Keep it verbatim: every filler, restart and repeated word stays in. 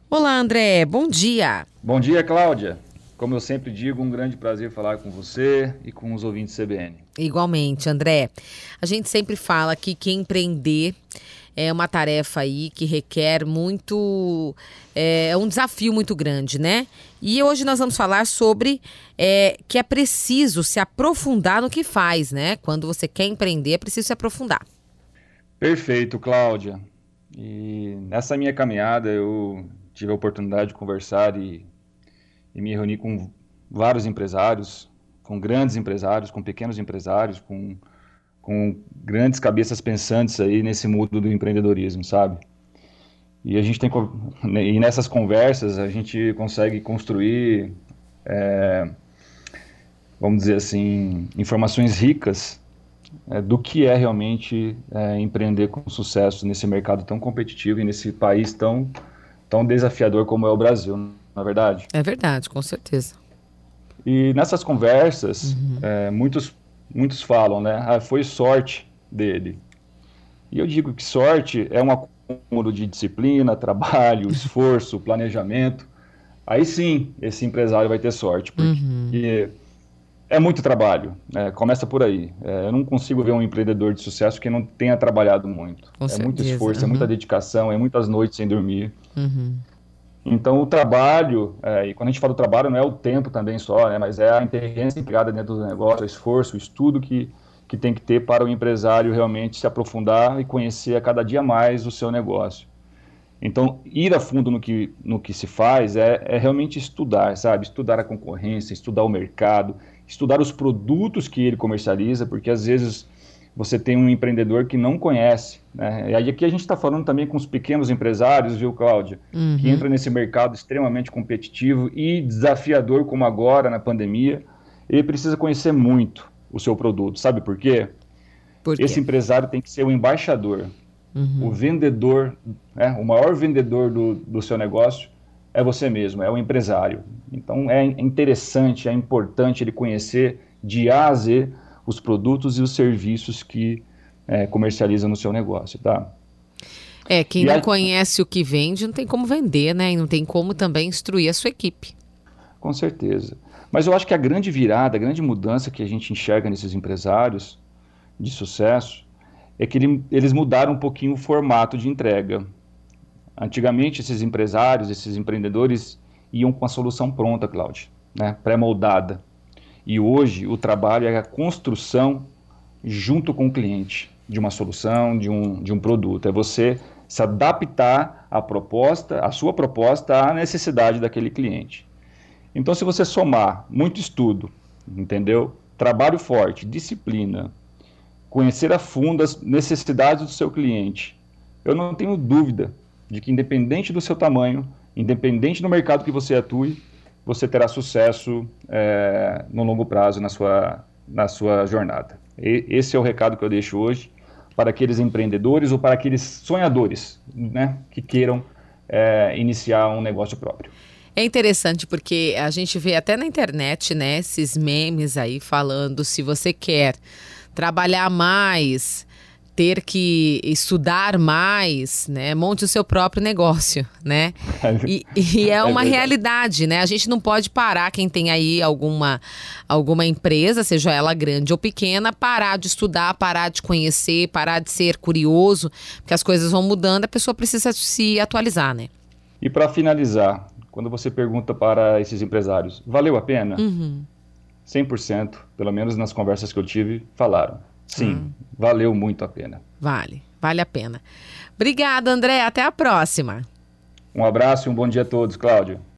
Olá, André, bom dia. Bom dia, Cláudia. Como eu sempre digo, um grande prazer falar com você e com os ouvintes C B N. Igualmente, André. A gente sempre fala aqui que empreender é uma tarefa aí que requer muito, é um desafio muito grande, né? E hoje nós vamos falar sobre é, que é preciso se aprofundar no que faz, né? Quando você quer empreender, é preciso se aprofundar. Perfeito, Cláudia. E nessa minha caminhada eu tive a oportunidade de conversar e, e me reunir com vários empresários, com grandes empresários, com pequenos empresários, com, com grandes cabeças pensantes aí nesse mundo do empreendedorismo, sabe? E a gente tem co- e nessas conversas a gente consegue construir, vamos dizer assim, informações ricas é, do que é realmente é, empreender com sucesso nesse mercado tão competitivo e nesse país tão, tão desafiador como é o Brasil, na verdade. É verdade, com certeza. E nessas conversas, é, muitos, muitos falam, né? Ah, foi sorte dele. E eu digo que sorte é um acúmulo de disciplina, trabalho, esforço, planejamento. Aí sim, esse empresário vai ter sorte, Uhum, porque é muito trabalho, né? Começa por aí. É, eu não consigo ver um empreendedor de sucesso que não tenha trabalhado muito. com É muito certeza. esforço, é muita Uhum, dedicação, é muitas noites sem dormir. uhum. Então, o trabalho, é, e quando a gente fala do trabalho, não é o tempo também só, né? Mas é a inteligência empregada dentro do negócio, o esforço, o estudo que, que tem que ter para o empresário realmente se aprofundar e conhecer a cada dia mais o seu negócio. Então, ir a fundo no que, no que se faz é, é realmente estudar, sabe? Estudar a concorrência, estudar o mercado, estudar os produtos que ele comercializa, porque às vezes você tem um empreendedor que não conhece, né? E aí aqui a gente está falando também com os pequenos empresários, viu, Cláudia? Que Uhum. entra nesse mercado extremamente competitivo e desafiador como agora na pandemia. Ele precisa conhecer muito o seu produto, sabe por quê? Por quê? Esse empresário tem que ser o embaixador, o Uhum. vendedor, né, o maior vendedor do, do seu negócio é você mesmo, é o empresário. Então é interessante, é importante ele conhecer de A a Z os produtos e os serviços que é, comercializa no seu negócio, tá? É, quem E não aí, conhece o que vende não tem como vender, né? E não tem como também instruir a sua equipe. com certeza. Mas eu acho que a grande virada, a grande mudança que a gente enxerga nesses empresários de sucesso é que ele, eles mudaram um pouquinho o formato de entrega. Antigamente, esses empresários, esses empreendedores iam com a solução pronta, Cláudio, né? Pré-moldada. E hoje o trabalho é a construção junto com o cliente de uma solução, de um, de um produto. É você se adaptar à proposta, à sua proposta, à necessidade daquele cliente. Então, se você somar muito estudo, entendeu? Trabalho forte, disciplina, conhecer a fundo as necessidades do seu cliente. Eu não tenho dúvida de que, independente do seu tamanho, independente do mercado que você atue, você terá sucesso é, no longo prazo na sua, na sua jornada. E, esse é o recado que eu deixo hoje para aqueles empreendedores ou para aqueles sonhadores, né, que queiram é, iniciar um negócio próprio. É interessante porque a gente vê até na internet, né, esses memes aí falando se você quer trabalhar mais, ter que estudar mais, né, monte o seu próprio negócio, né? E, e é É uma verdade. realidade, né? A gente não pode parar, quem tem aí alguma, alguma empresa, seja ela grande ou pequena, parar de estudar, parar de conhecer, parar de ser curioso, porque as coisas vão mudando, a pessoa precisa se atualizar, né? E para finalizar, quando você pergunta para esses empresários, valeu a pena? Uhum. cem por cento, pelo menos nas conversas que eu tive, falaram. Ah, Sim, valeu muito a pena. vale, vale a pena. Obrigada, André. Até a próxima. Um abraço e um bom dia a todos, Cláudio.